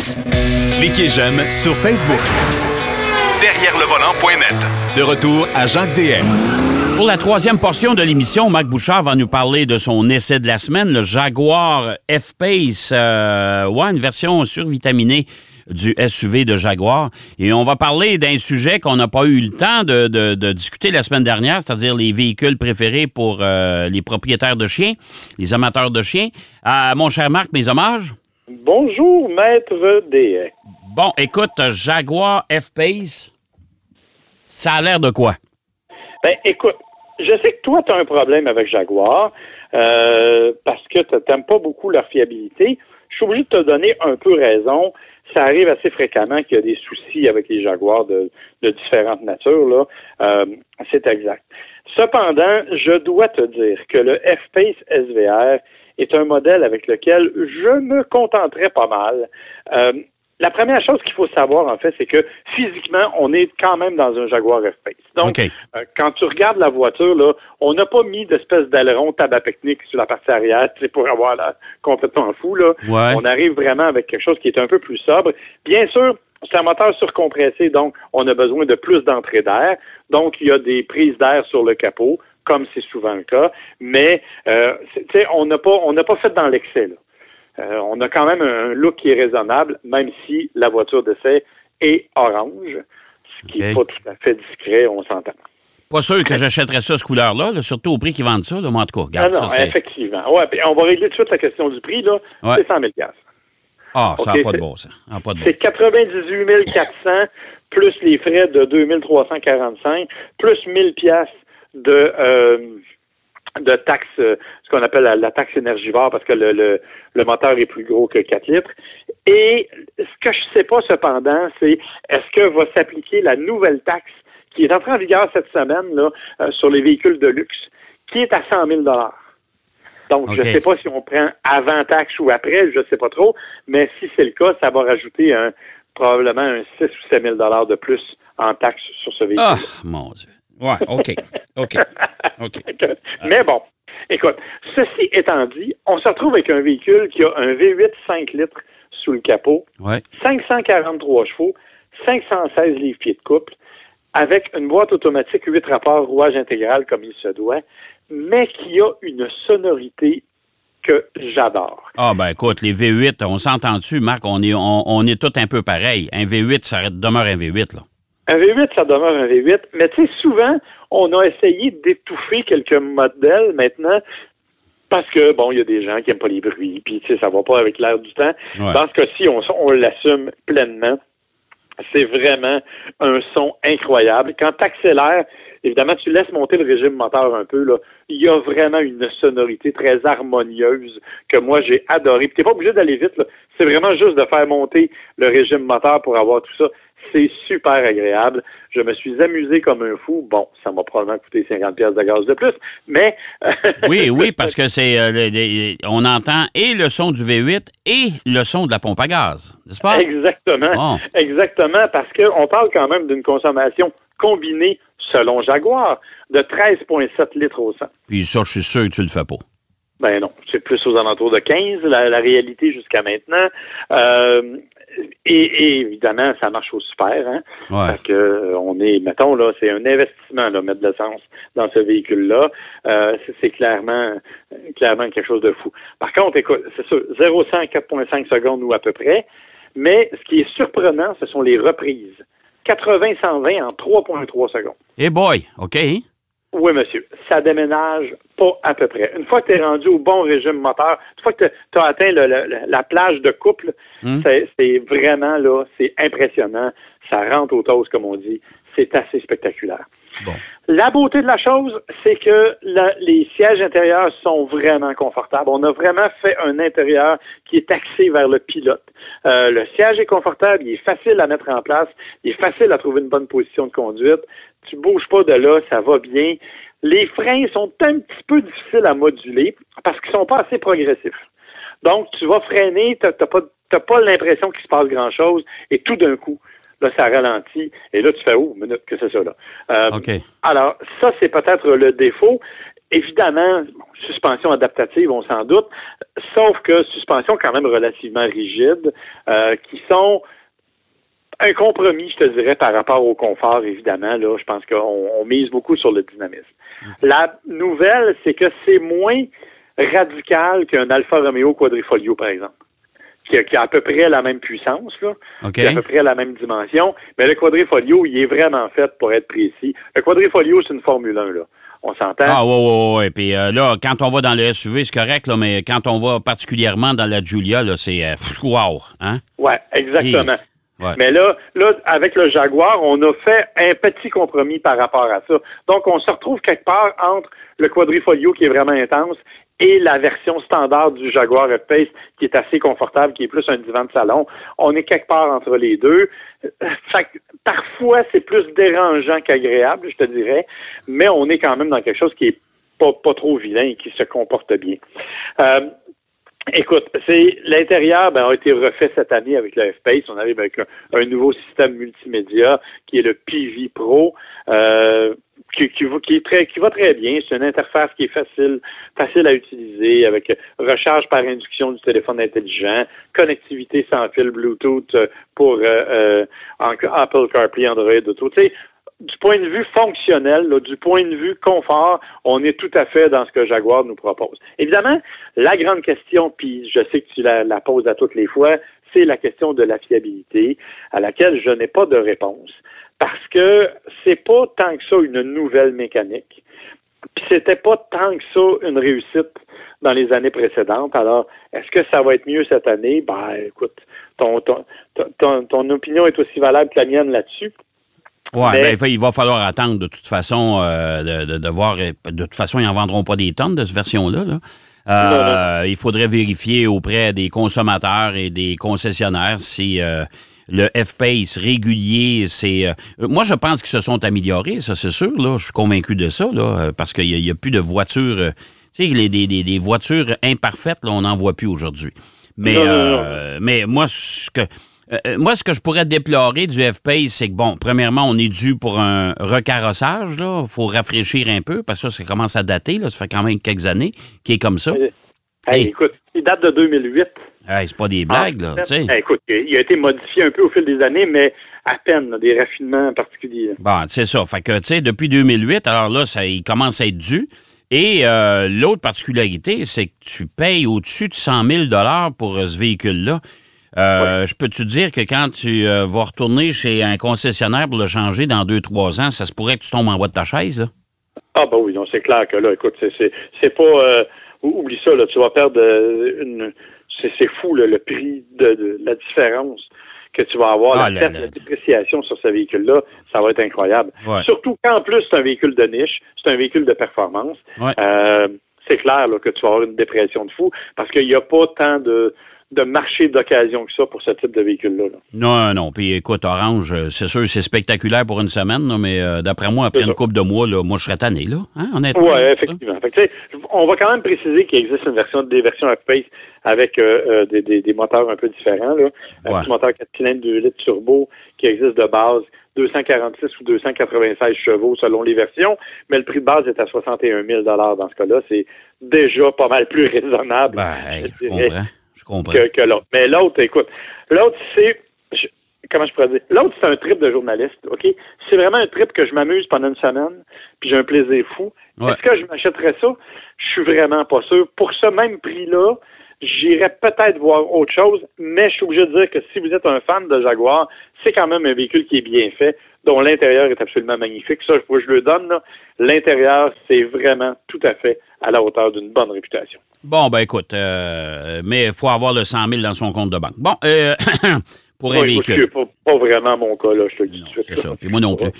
Cliquez j'aime sur Facebook. Derrière le volant.net. De retour à Jacques DM. Pour la troisième portion de l'émission, Marc Bouchard va nous parler de son essai de la semaine, le Jaguar F-Pace. Une version survitaminée du SUV de Jaguar. Et on va parler d'un sujet qu'on n'a pas eu le temps de discuter la semaine dernière, c'est-à-dire les véhicules préférés pour les propriétaires de chiens, les amateurs de chiens. Mon cher Marc, mes hommages. Bonjour, maître DS. Bon, écoute, Jaguar F-Pace, ça a l'air de quoi? Ben, écoute, je sais que toi, tu as un problème avec Jaguar parce que tu n'aimes pas beaucoup leur fiabilité. Je suis obligé de te donner un peu raison. Ça arrive assez fréquemment qu'il y a des soucis avec les Jaguars de différentes natures, là. C'est exact. Cependant, je dois te dire que le F-Pace SVR est un modèle avec lequel je me contenterais pas mal. La première chose qu'il faut savoir, en fait, c'est que physiquement, on est quand même dans un Jaguar F-Pace. Donc, quand tu regardes la voiture, là, on n'a pas mis d'espèce d'aileron tabac pique-nique sur la partie arrière, c'est pour avoir l'air complètement fou, là. Ouais. On arrive vraiment avec quelque chose qui est un peu plus sobre. Bien sûr, c'est un moteur surcompressé, donc on a besoin de plus d'entrée d'air. Donc, il y a des prises d'air sur le capot, comme c'est souvent le cas. Mais, on n'a pas fait dans l'excès, là. On a quand même un look qui est raisonnable, même si la voiture d'essai est orange, ce qui n'est pas tout à fait discret, on s'entend. Pas sûr que j'achèterais ça, ce couleur-là, là, surtout au prix qu'ils vendent ça, là, mais en tout cas, regarde non, ça. Effectivement. Ouais, puis on va régler tout de suite la question du prix, là. Ouais. C'est 100 000 Ah, ça n'a pas de bon sens. C'est 98 400 plus les frais de 2 345, plus 1 000 de taxes, ce qu'on appelle la taxe énergivore, parce que le moteur est plus gros que 4 litres. Et ce que je ne sais pas cependant, c'est est-ce que va s'appliquer la nouvelle taxe qui est entrée en vigueur cette semaine là sur les véhicules de luxe, qui est à 100 000 $. Donc, je ne sais pas si on prend avant taxe ou après, je ne sais pas trop, mais si c'est le cas, ça va rajouter probablement un 6 ou 7 000 $ de plus en taxes sur ce véhicule. Ah, mon Dieu. Ouais, OK. Mais bon, écoute, ceci étant dit, on se retrouve avec un véhicule qui a un V8 5 litres sous le capot, 543 chevaux, 516 livres-pieds de couple, avec une boîte automatique 8 rapports rouage intégral comme il se doit, mais qui a une sonorité que j'adore. Ah, ben écoute, les V8, on s'entend dessus, Marc, on est tous un peu pareil. Un V8, ça demeure un V8, là. Un V8, ça demeure un V8, mais tu sais, souvent, on a essayé d'étouffer quelques modèles maintenant, parce que, bon, il y a des gens qui n'aiment pas les bruits, puis tu sais, ça va pas avec l'air du temps. Ouais. Dans ce cas-ci, on l'assume pleinement. C'est vraiment un son incroyable. Quand tu accélères, évidemment, tu laisses monter le régime moteur un peu, là. Il y a vraiment une sonorité très harmonieuse que moi, j'ai adoré. Puis t'es pas obligé d'aller vite, là. C'est vraiment juste de faire monter le régime moteur pour avoir tout ça. C'est super agréable. Je me suis amusé comme un fou. Bon, ça m'a probablement coûté 50 pièces de gaz de plus, mais... Oui, parce que c'est on entend et le son du V8 et le son de la pompe à gaz, n'est-ce pas? Exactement. Exactement, parce qu'on parle quand même d'une consommation combinée, selon Jaguar, de 13,7 litres au 100. Puis ça, je suis sûr que tu le fais pas. Ben non, c'est plus aux alentours de 15, la réalité jusqu'à maintenant. Et évidemment, ça marche au super, hein? Ouais. Fait que on est, mettons, là, c'est un investissement, là, mettre de l'essence dans ce véhicule-là. C'est clairement quelque chose de fou. Par contre, écoute, c'est sûr, 0-100 à 4,5 secondes ou à peu près. Mais ce qui est surprenant, ce sont les reprises. 80-120 en 3,3 secondes. Eh boy, OK. Oui, monsieur. Ça déménage pas à peu près. Une fois que tu es rendu au bon régime moteur, une fois que tu as atteint la plage de couple, c'est vraiment, là, c'est impressionnant. Ça rentre aux tosses, comme on dit. C'est assez spectaculaire. Bon. La beauté de la chose, c'est que les sièges intérieurs sont vraiment confortables. On a vraiment fait un intérieur qui est axé vers le pilote. Le siège est confortable, il est facile à mettre en place, il est facile à trouver une bonne position de conduite. Tu bouges pas de là, ça va bien. Les freins sont un petit peu difficiles à moduler parce qu'ils sont pas assez progressifs. Donc, tu vas freiner, t'as pas l'impression qu'il se passe grand-chose, et tout d'un coup, là, ça ralentit, et là, tu fais, oh, minute, que c'est ça, là? OK. Alors, ça, c'est peut-être le défaut. évidemment, suspension adaptative, on s'en doute, sauf que suspension quand même relativement rigide, qui sont un compromis, je te dirais, par rapport au confort, évidemment. Là, je pense qu'on mise beaucoup sur le dynamisme. La nouvelle, c'est que c'est moins radical qu'un Alfa Romeo Quadrifoglio, par exemple, qui a à peu près la même puissance, là, qui a à peu près la même dimension, mais le Quadrifoglio, il est vraiment fait pour être précis. Le Quadrifoglio, c'est une Formule 1, là. On s'entend? Ah, ouais. Puis là, quand on va dans le SUV, c'est correct, là, mais quand on va particulièrement dans la Giulia, là, c'est wow, hein? Ouais, exactement. Ouais. Mais là, avec le Jaguar, on a fait un petit compromis par rapport à ça. Donc, on se retrouve quelque part entre le Quadrifoglio, qui est vraiment intense, et la version standard du Jaguar F-Pace, qui est assez confortable, qui est plus un divan de salon. On est quelque part entre les deux. Fait que, parfois, c'est plus dérangeant qu'agréable, je te dirais, mais on est quand même dans quelque chose qui est pas trop vilain et qui se comporte bien. Écoute, l'intérieur a été refait cette année avec le F-Pace. On arrive avec un nouveau système multimédia qui est le PV Pro, qui va très bien. C'est une interface qui est facile à utiliser, avec recharge par induction du téléphone intelligent, connectivité sans fil Bluetooth pour Apple CarPlay, Android Auto. Tu sais, du point de vue fonctionnel, là, du point de vue confort, on est tout à fait dans ce que Jaguar nous propose. Évidemment, la grande question, puis je sais que tu la poses à toutes les fois, c'est la question de la fiabilité, à laquelle je n'ai pas de réponse. Parce que c'est pas tant que ça une nouvelle mécanique, puis c'était pas tant que ça une réussite dans les années précédentes. Alors, est-ce que ça va être mieux cette année? Ben, écoute, ton opinion est aussi valable que la mienne là-dessus. Oui, il va falloir attendre de toute façon de voir. De toute façon, ils n'en vendront pas des tonnes de cette version-là. Là. Non. Il faudrait vérifier auprès des consommateurs et des concessionnaires si le F-Pace régulier, c'est... moi, je pense qu'ils se sont améliorés, ça, c'est sûr. Là. Je suis convaincu de ça, là, parce qu'il n'y a plus de voitures... tu sais, des voitures imparfaites, là, on n'en voit plus aujourd'hui. Mais, mais moi, ce que je pourrais déplorer du F-Pace, c'est que, bon, premièrement, on est dû pour un recarrossage, là. Il faut rafraîchir un peu, parce que ça commence à dater, là. Ça fait quand même quelques années qu'il est comme ça. Écoute, il date de 2008. C'est pas des blagues, là, tu sais. Écoute, il a été modifié un peu au fil des années, mais à peine, là, des raffinements particuliers. Bon, c'est ça. Fait que, tu sais, depuis 2008, alors là, il commence à être dû. Et l'autre particularité, c'est que tu payes au-dessus de 100 000 $ pour ce véhicule-là. Je peux te dire que quand tu vas retourner chez un concessionnaire pour le changer dans 2-3 ans, ça se pourrait que tu tombes en bas de ta chaise, là? Ah, ben oui, non, c'est clair que là, écoute, c'est pas... oublie ça, là, tu vas perdre c'est fou, là, le prix de la différence que tu vas avoir, la dépréciation sur ce véhicule-là, ça va être incroyable. Ouais. Surtout qu'en plus, c'est un véhicule de niche, c'est un véhicule de performance. Ouais. C'est clair là, que tu vas avoir une dépression de fou parce qu'il n'y a pas tant de marché d'occasion que ça pour ce type de véhicule-là. Là. Non. Puis écoute, Orange, c'est sûr, c'est spectaculaire pour une semaine, là, mais d'après moi, après une couple de mois, là, moi, je serais tanné, là. Hein, honnêtement. Oui, effectivement. Fait que, on va quand même préciser qu'il existe des versions F-Pace avec des moteurs un peu différents. Là. Un petit moteur 4 cylindres 2 litres turbo qui existe de base 246 ou 296 chevaux selon les versions, mais le prix de base est à 61 000 $ dans ce cas-là. C'est déjà pas mal plus raisonnable. Je comprends. Que l'autre. Mais l'autre, écoute, comment je pourrais dire? L'autre, c'est un trip de journaliste, OK? C'est vraiment un trip que je m'amuse pendant une semaine, puis j'ai un plaisir fou. Ouais. Est-ce que je m'achèterais ça? Je suis vraiment pas sûr. Pour ce même prix-là, j'irais peut-être voir autre chose, mais je suis obligé de dire que si vous êtes un fan de Jaguar, c'est quand même un véhicule qui est bien fait, dont l'intérieur est absolument magnifique. Ça, je le donne, là. L'intérieur, c'est vraiment tout à fait à la hauteur d'une bonne réputation. Bon, ben écoute, mais il faut avoir le 100 000 dans son compte de banque. Bon, pour un véhicule. C'est pas vraiment mon cas, là, je te le dis tout de suite. C'est ça, puis moi non plus.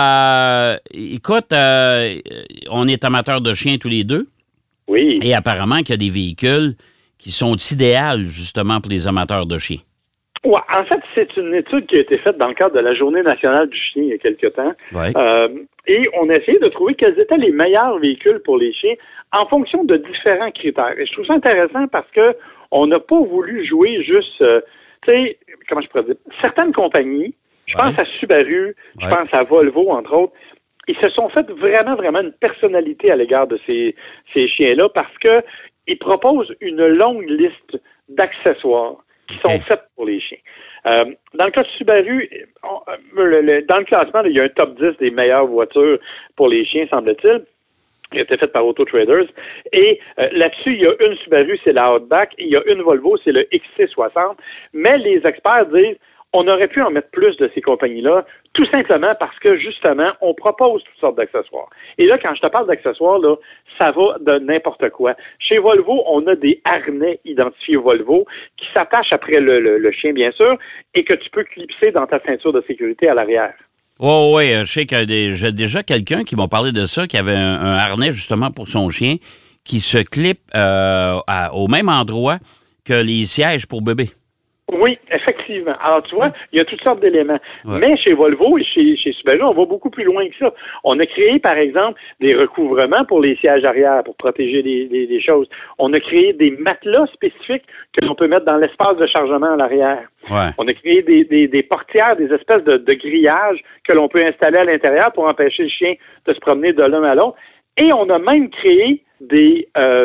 Écoute, on est amateurs de chiens tous les deux. Oui. Et apparemment qu'il y a des véhicules qui sont idéaux, justement, pour les amateurs de chiens. Ouais, en fait, c'est une étude qui a été faite dans le cadre de la Journée nationale du chien il y a quelque temps. Ouais. Et on a essayé de trouver quels étaient les meilleurs véhicules pour les chiens en fonction de différents critères. Et je trouve ça intéressant parce que on n'a pas voulu jouer juste, tu sais, comment je pourrais dire, certaines compagnies, je pense à Subaru, je pense à Volvo, entre autres, ils se sont fait vraiment, vraiment une personnalité à l'égard de ces chiens-là parce que ils proposent une longue liste d'accessoires qui sont faits pour les chiens. Dans le cas de Subaru, dans le classement, il y a un top 10 des meilleures voitures pour les chiens, semble-t-il, qui a été fait par Auto Traders. Et là-dessus, il y a une Subaru, c'est la Outback, et il y a une Volvo, c'est le XC60. Mais les experts disent, on aurait pu en mettre plus de ces compagnies-là, tout simplement parce que, justement, on propose toutes sortes d'accessoires. Et là, quand je te parle d'accessoires, là, ça va de n'importe quoi. Chez Volvo, on a des harnais identifiés Volvo qui s'attachent après le chien, bien sûr, et que tu peux clipser dans ta ceinture de sécurité à l'arrière. Oui, je sais que j'ai déjà quelqu'un qui m'a parlé de ça, qui avait un harnais, justement, pour son chien, qui se clip au même endroit que les sièges pour bébé. Oui, effectivement. Alors, tu vois, il y a toutes sortes d'éléments. Ouais. Mais chez Volvo et chez Subaru, on va beaucoup plus loin que ça. On a créé, par exemple, des recouvrements pour les sièges arrière, pour protéger les choses. On a créé des matelas spécifiques que l'on peut mettre dans l'espace de chargement à l'arrière. Ouais. On a créé des portières, des espèces de grillages que l'on peut installer à l'intérieur pour empêcher le chien de se promener de l'un à l'autre. Et on a même créé des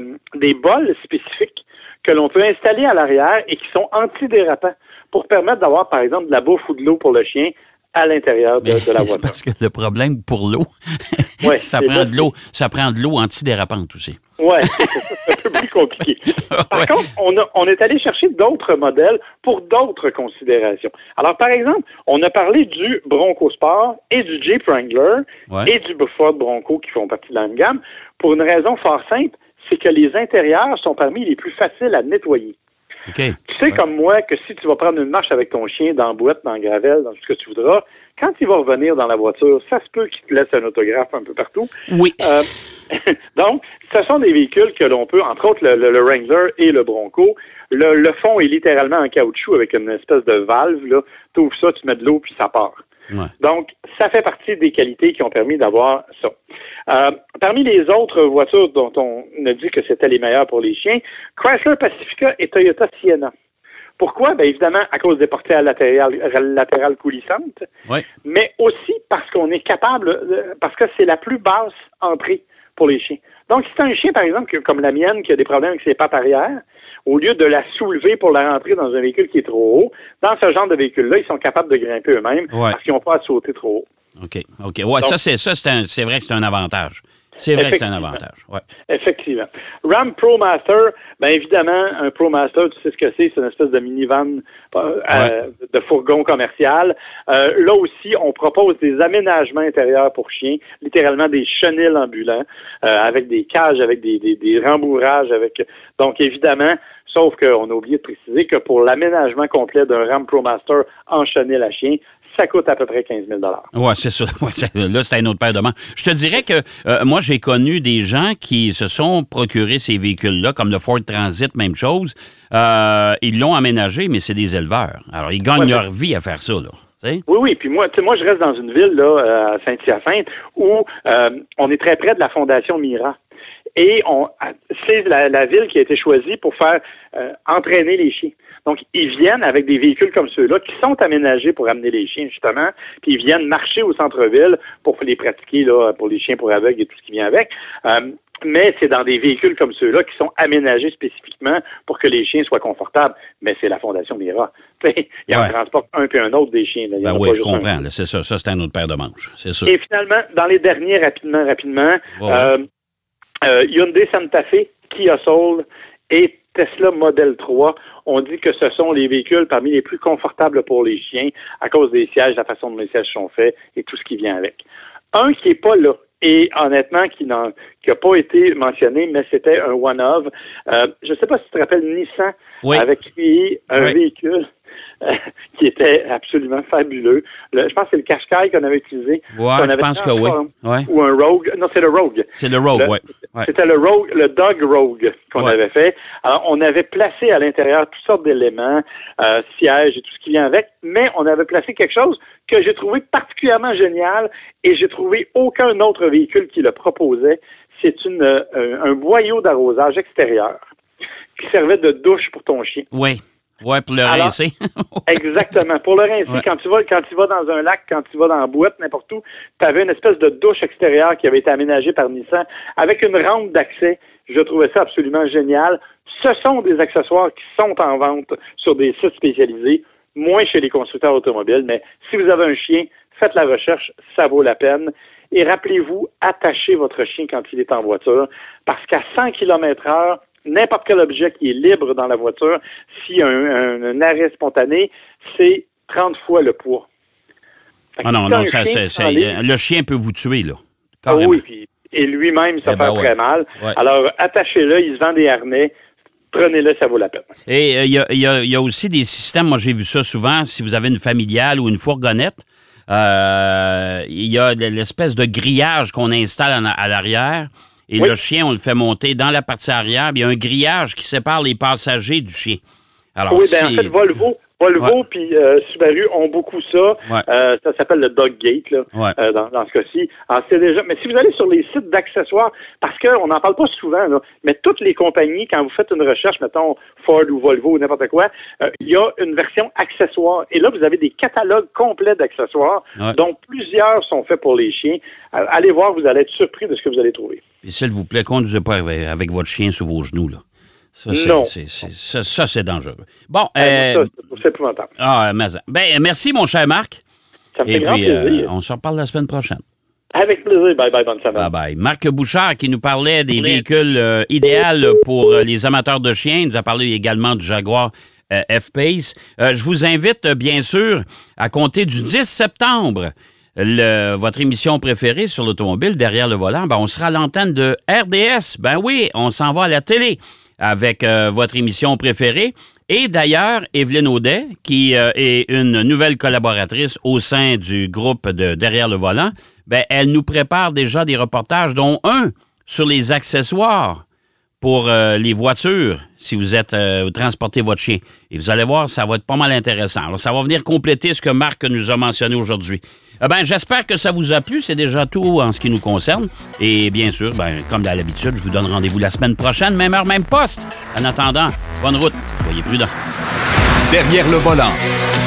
bols spécifiques que l'on peut installer à l'arrière et qui sont antidérapants pour permettre d'avoir, par exemple, de la bouffe ou de l'eau pour le chien à l'intérieur de la voiture. C'est parce que le problème pour l'eau, ouais, ça prend de l'eau antidérapante aussi. Oui, c'est un peu plus compliqué. Par contre, on est allé chercher d'autres modèles pour d'autres considérations. Alors, par exemple, on a parlé du Bronco Sport et du Jeep Wrangler et du Ford Bronco qui font partie de la même gamme pour une raison fort simple, c'est que les intérieurs sont parmi les plus faciles à nettoyer. Okay. Tu sais comme moi que si tu vas prendre une marche avec ton chien dans la boîte, dans le gravel, dans tout ce que tu voudras, quand il va revenir dans la voiture, ça se peut qu'il te laisse un autographe un peu partout. Oui. Donc, ce sont des véhicules que l'on peut, entre autres le Wrangler et le Bronco. Le fond est littéralement en caoutchouc avec une espèce de valve. Tu ouvres ça, tu mets de l'eau, puis ça part. Ouais. Donc, ça fait partie des qualités qui ont permis d'avoir ça. Parmi les autres voitures dont on a dit que c'était les meilleures pour les chiens, Chrysler Pacifica et Toyota Sienna. Pourquoi? Bien, évidemment, à cause des portières latérales coulissantes, mais aussi parce qu'on est capable, parce que c'est la plus basse entrée pour les chiens. Donc, si tu as un chien, par exemple, comme la mienne, qui a des problèmes avec ses pattes arrière, au lieu de la soulever pour la rentrer dans un véhicule qui est trop haut, dans ce genre de véhicule-là, ils sont capables de grimper eux-mêmes parce qu'ils n'ont pas à sauter trop haut. OK. Ouais, donc, c'est vrai que c'est un avantage. C'est vrai que c'est un avantage. Ouais. Effectivement. Ram ProMaster, bien évidemment, un ProMaster, tu sais ce que c'est une espèce de minivan de fourgon commercial. Là aussi, on propose des aménagements intérieurs pour chiens, littéralement des chenils ambulants, avec des cages, avec des rembourrages, donc évidemment, sauf qu'on a oublié de préciser que pour l'aménagement complet d'un Ram ProMaster en chenil à chien, ça coûte à peu près 15 000 Oui, c'est ça. Là, c'est une autre paire de manches. Je te dirais que moi, j'ai connu des gens qui se sont procurés ces véhicules-là, comme le Ford Transit, même chose. Ils l'ont aménagé, mais c'est des éleveurs. Alors, ils gagnent leur vie à faire ça, là. T'sais? Oui, puis moi, je reste dans une ville, là, à Saint-Hyacinthe, où on est très près de la Fondation Mira. Et c'est la ville qui a été choisie pour faire entraîner les chiens. Donc, ils viennent avec des véhicules comme ceux-là qui sont aménagés pour amener les chiens, justement, puis ils viennent marcher au centre-ville pour les pratiquer, là, pour les chiens pour aveugles et tout ce qui vient avec. Mais c'est dans des véhicules comme ceux-là qui sont aménagés spécifiquement pour que les chiens soient confortables. Mais c'est la Fondation Mira. Ils en transportent un puis un autre des chiens. Là. Oui, je comprends. C'est ça. Ça, c'est un autre paire de manches. C'est sûr. Et finalement, dans les derniers, rapidement, Hyundai Santa Fe, Kia Soul et Tesla Model 3, on dit que ce sont les véhicules parmi les plus confortables pour les chiens à cause des sièges, la façon dont les sièges sont faits et tout ce qui vient avec. Un qui n'est pas là, et honnêtement, qui n'a pas été mentionné, mais c'était un one-of. Je ne sais pas si tu te rappelles, Nissan avait créé un véhicule qui était absolument fabuleux. Je pense que c'est le Qashqai qu'on avait utilisé. Oui, je pense que oui. Ou un Rogue. Non, c'est le Rogue. C'est le Rogue, oui. C'était le Rogue, le Dog Rogue qu'on avait fait. Alors, on avait placé à l'intérieur toutes sortes d'éléments, sièges et tout ce qui vient avec, mais on avait placé quelque chose que j'ai trouvé particulièrement génial et j'ai trouvé aucun autre véhicule qui le proposait. C'est un boyau d'arrosage extérieur qui servait de douche pour ton chien. Oui. Oui, pour le rincer. Exactement. Pour le rincer, quand tu vas dans un lac, quand tu vas dans la boîte, n'importe où, tu avais une espèce de douche extérieure qui avait été aménagée par Nissan avec une rampe d'accès. Je trouvais ça absolument génial. Ce sont des accessoires qui sont en vente sur des sites spécialisés, moins chez les constructeurs automobiles, mais si vous avez un chien, faites la recherche, ça vaut la peine. Et rappelez-vous, attachez votre chien quand il est en voiture, parce qu'à 100 km/h, n'importe quel objet qui est libre dans la voiture, s'il y a un arrêt spontané, c'est 30 fois le poids. Non, le chien peut vous tuer, là. Carrément. Oui, et lui-même, ça fait très mal. Ouais. Alors, attachez-le, il se vend des harnais. Prenez-le, ça vaut la peine. Et il y a aussi des systèmes, moi j'ai vu ça souvent, si vous avez une familiale ou une fourgonnette, il y a l'espèce de grillage qu'on installe à l'arrière et le chien, on le fait monter dans la partie arrière. Il y a un grillage qui sépare les passagers du chien. Alors, en fait, Volvo puis Subaru ont beaucoup ça. Ouais. Ça s'appelle le dog gate là, dans ce cas-ci. Alors, c'est déjà. Mais si vous allez sur les sites d'accessoires, parce qu'on n'en parle pas souvent, là, mais toutes les compagnies, quand vous faites une recherche, mettons Ford ou Volvo ou n'importe quoi, il y a une version accessoire. Et là, vous avez des catalogues complets d'accessoires, dont plusieurs sont faits pour les chiens. Allez voir, vous allez être surpris de ce que vous allez trouver. Et s'il vous plaît, conduisez pas avec votre chien sous vos genoux, là. Ça, c'est dangereux. Bon, c'est épouvantable. Merci, mon cher Marc. Ça me fait grand plaisir. On se reparle la semaine prochaine. Avec plaisir. Bye-bye, bonne semaine. Bye-bye. Marc Bouchard qui nous parlait des véhicules idéaux pour les amateurs de chiens. Il nous a parlé également du Jaguar F-Pace. Je vous invite, bien sûr, à compter du 10 septembre, votre émission préférée sur l'automobile, Derrière le volant. On sera à l'antenne de RDS. Oui, on s'en va à la télé avec votre émission préférée. Et d'ailleurs, Evelyne Audet, qui est une nouvelle collaboratrice au sein du groupe de Derrière le volant, elle nous prépare déjà des reportages, dont un sur les accessoires pour les voitures, si vous transportez votre chien. Et vous allez voir, ça va être pas mal intéressant. Alors, ça va venir compléter ce que Marc nous a mentionné aujourd'hui. J'espère que ça vous a plu. C'est déjà tout en ce qui nous concerne. Et bien sûr, comme à l'habitude, je vous donne rendez-vous la semaine prochaine, même heure, même poste. En attendant, bonne route. Soyez prudents. Derrière le volant.